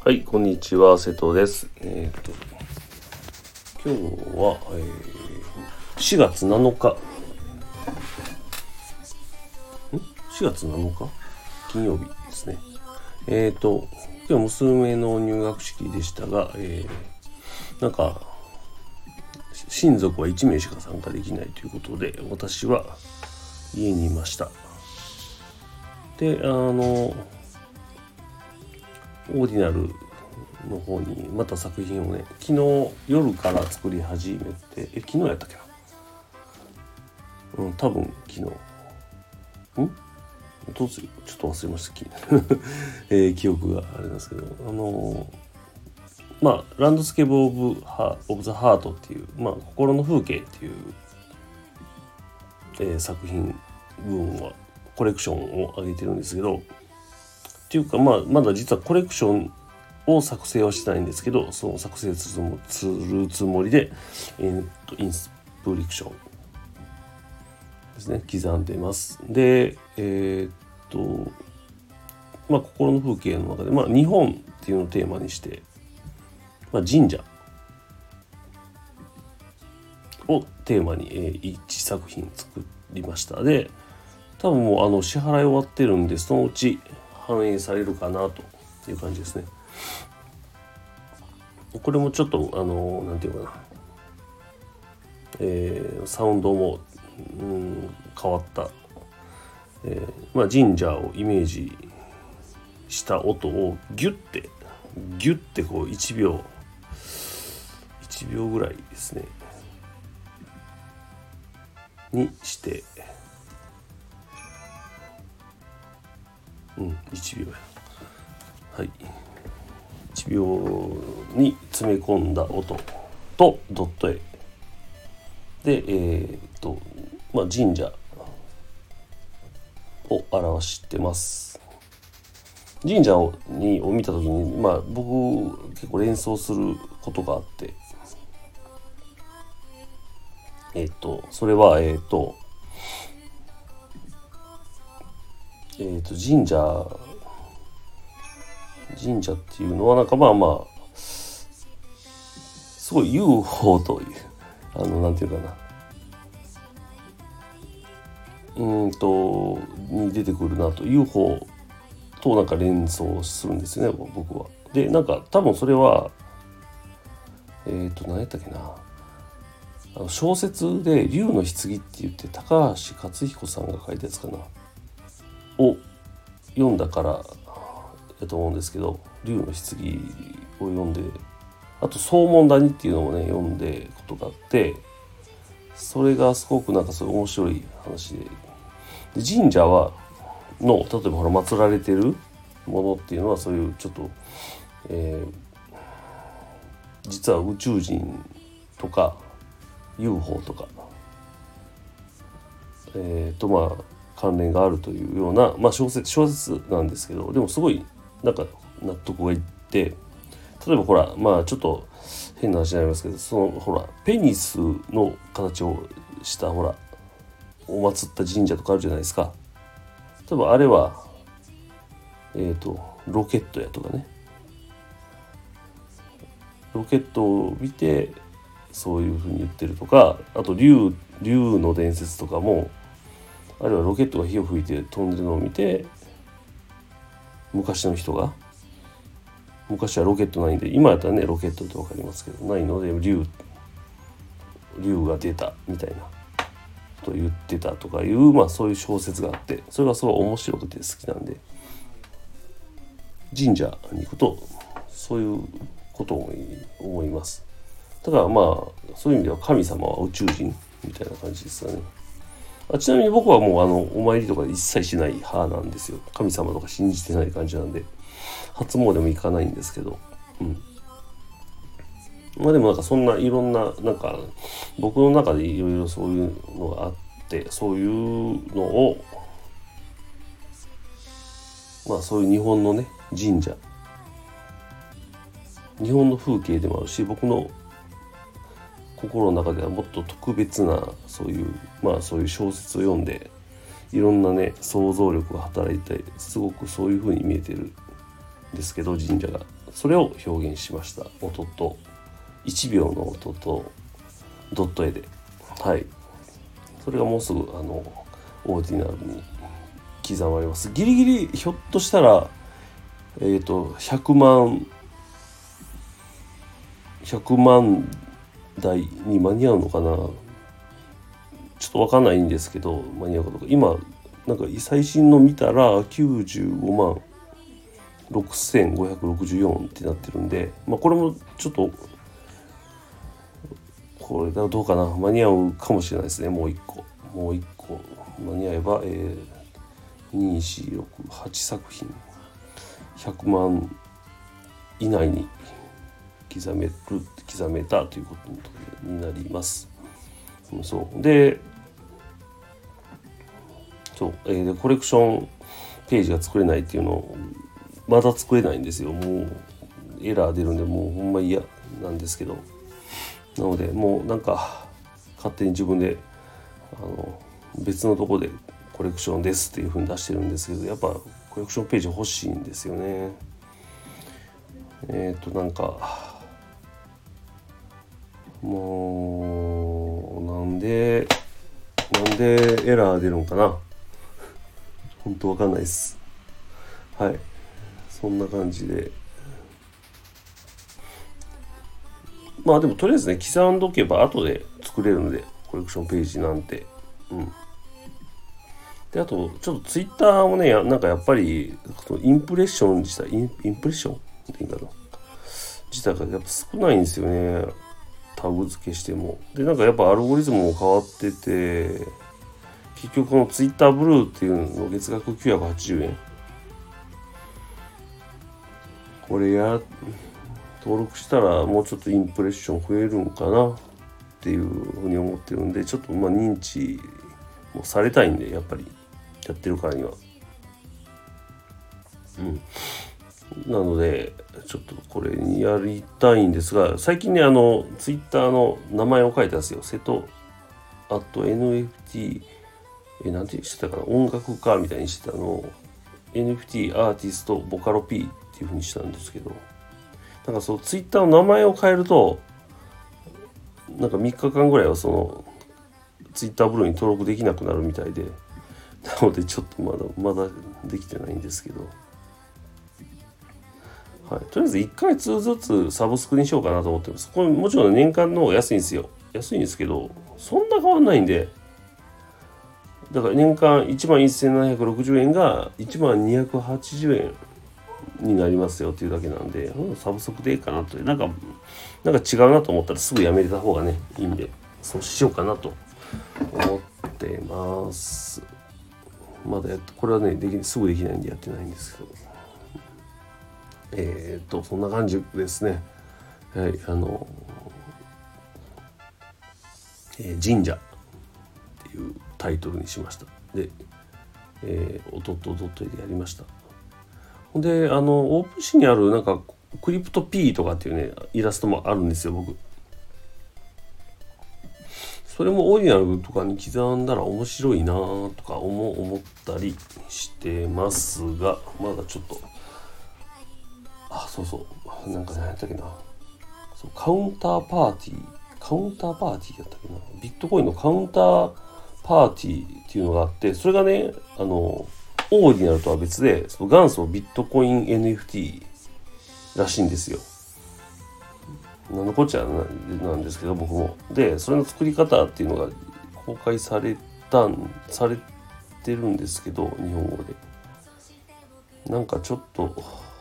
はい、こんにちは、瀬戸です。今日は、4月7日4月7日金曜日ですね。今日は娘の入学式でしたが、なんか親族は1名しか参加できないということで、私は家にいました。で、オーディナルの方にまた作品をね、昨日夜から作り始めて、昨日やったっけな、多分昨日ちょっと忘れました、記憶があれなんですけど、ランドスケープオブザハートっていう、心の風景っていう、作品群はコレクションを上げてるんですけど、っていうかまだ実はコレクションを作成はしてないんですけど、その作成するつもりで、インスプリクションですね、刻んでます。で、心の風景の中で、日本っていうのをテーマにして、神社をテーマに、1作品作りました。で、多分もう支払い終わってるんで、そのうち反映されるかなという感じですね。これもちょっとなんていうかな、サウンドも、変わった、神社をイメージした音をギュッてこう1秒ぐらいですねにして、1秒や、はい、1秒に詰め込んだ音とドット絵で、神社を表してます。神社を見たときに、僕結構連想することがあって、それは神社っていうのはすごい UFO というなんていうかなに出てくるなと、 UFO と連想するんですよね、僕は。で多分それは何やったっけな、小説で竜の棺って言って高橋克彦さんが書いたやつかなを読んだからだと思うんですけど、竜の棺を読んで、あと総門谷っていうのもね読んでことがあって、それがすごくそういう面白い話で、神社は例えば祀られてるものっていうのはそういうちょっと、実は宇宙人とか UFO とか、関連があるというような、小説なんですけど、でもすごい納得がいって、例えばちょっと変な話になりますけど、ペニスの形をしたお祀った神社とかあるじゃないですか。例えばあれはロケットやとかね、ロケットを見てそういう風に言ってるとか、あと竜の伝説とかも、あるいはロケットが火を吹いて飛んでるのを見て、昔の人が、昔はロケットないんで、今やったらねロケットって分かりますけど、ないので竜が出たみたいなと言ってたとかいう、そういう小説があって、それがすごい面白くて好きなんで、神社に行くとそういうことを思います。だからそういう意味では神様は宇宙人みたいな感じですよね。ちなみに僕はもうお参りとか一切しない派なんですよ。神様とか信じてない感じなんで、初詣も行かないんですけど、でもそんないろんな僕の中でいろいろそういうのがあって、そういうのをそういう日本のね神社、日本の風景でもあるし、僕の心の中ではもっと特別なそういう小説を読んで、いろんなね想像力が働いて、すごくそういう風に見えてるんですけど、神社がそれを表現しました。音と1秒の音とドット絵で、はい、それがもうすぐオーディナルに刻まれます。ギリギリひょっとしたら100万台に間に合うのかな、ちょっと分かんないんですけど、間に合うかどうか。今なんか最新の見たら95万6564ってなってるんで、これもちょっとこれだどうかな、間に合うかもしれないですね。もう一個間に合えば、2468作品100万以内に刻めたということになります。そうで、コレクションページが作れないっていうのをまだ作れないんですよ。もうエラー出るんで、もうほんま嫌なんですけど、なのでもうなんか勝手に自分で別のとこでコレクションですっていう風に出してるんですけど、やっぱコレクションページ欲しいんですよね。なんかもうなんでエラー出るんかな、本当わかんないです。はい、そんな感じで、でもとりあえずね、刻んどけば後で作れるので、コレクションページなんて。で、あとちょっとツイッターもね、なんかやっぱりインプレッション自体インプレッションっていいかな、自体がやっぱ少ないんですよね。タグ付けしても。で、なんかやっぱアルゴリズムも変わってて、結局このツイッターブルーっていうの月額980円。これ登録したらもうちょっとインプレッション増えるんかなっていうふうに思ってるんで、ちょっと認知もされたいんで、やっぱりやってるからには。なのでちょっとこれにやりたいんですが、最近ねツイッターの名前を書いたんですよ。瀬戸NFT なんてしてたかな、音楽家みたいにしてたのを NFT アーティストボカロ P っていう風にしたんですけど、なんかそのツイッターの名前を変えるとなんか3日間ぐらいはそのツイッターブルーに登録できなくなるみたいで、なのでちょっとまだできてないんですけど、はい、とりあえず1ヶ月ずつサブスクにしようかなと思ってます。これもちろん年間の方が安いんですよ。安いんですけど、そんな変わんないんで、だから年間11,760円が1280円になりますよっていうだけなんで、サブスクでいいかなと。なんか違うなと思ったらすぐやめた方がねいいんで、そうしようかなと思ってます。まだこれはねすぐできないんでやってないんですけど、そんな感じですね。はい、神社っていうタイトルにしました。で、音とドットでやりました。で、オープンシーにあるなんかクリプト P とかっていうねイラストもあるんですよ、僕。それもオーディナルとかに刻んだら面白いなとか思ったりしてますが、まだちょっとなんか何やったっけな、カウンターパーティーやったっけな、ビットコインのカウンターパーティーっていうのがあって、それがねオーディナルとは別でその元祖ビットコイン NFT らしいんですよ。なんのこっちゃなんですけど、僕も。で、それの作り方っていうのが公開されてるんですけど、日本語で。なんかちょっと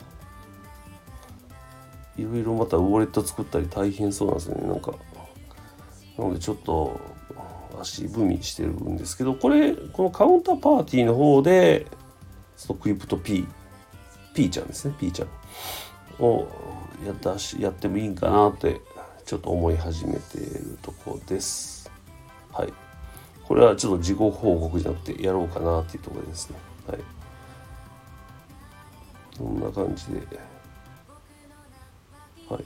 いろいろまたウォレット作ったり大変そうなんですよね。なのでちょっと足踏みしてるんですけど、このカウンターパーティーの方でそのクリプト P ちゃんですね、 P ちゃんをやってもいいかなってちょっと思い始めているところです。はい、これはちょっと事後報告じゃなくてやろうかなっていうところですね。はい、こんな感じで、はい、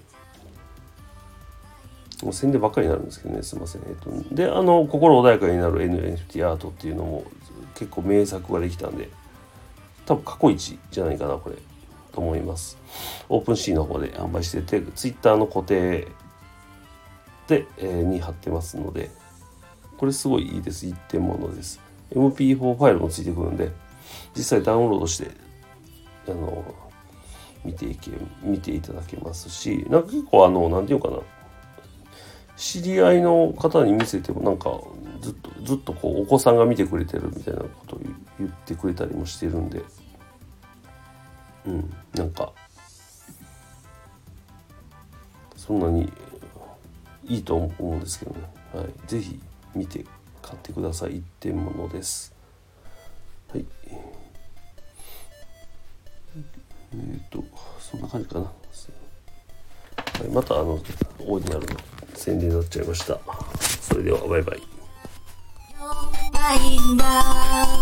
もう宣伝ばっかりになるんですけどね、すいません。で、心穏やかになる NFT アートっていうのも結構名作ができたんで、多分過去一じゃないかなこれっと思います。オープンシーの方で販売してて、ツイッターの固定で、に貼ってますので、これすごいいいです。一点物です。MP4 ファイルもついてくるんで、実際ダウンロードして見ていただけますし、なんか結構なんていうかな、知り合いの方に見せてもなんかずっとこうお子さんが見てくれてるみたいなことを言ってくれたりもしてるんで、なんかそんなにいいと思うんですけどね。はい、ぜひ見て買ってください。一点物です。はい。そんな感じかな。はい、またオーディナルの宣伝になっちゃいました。それではバイバイ。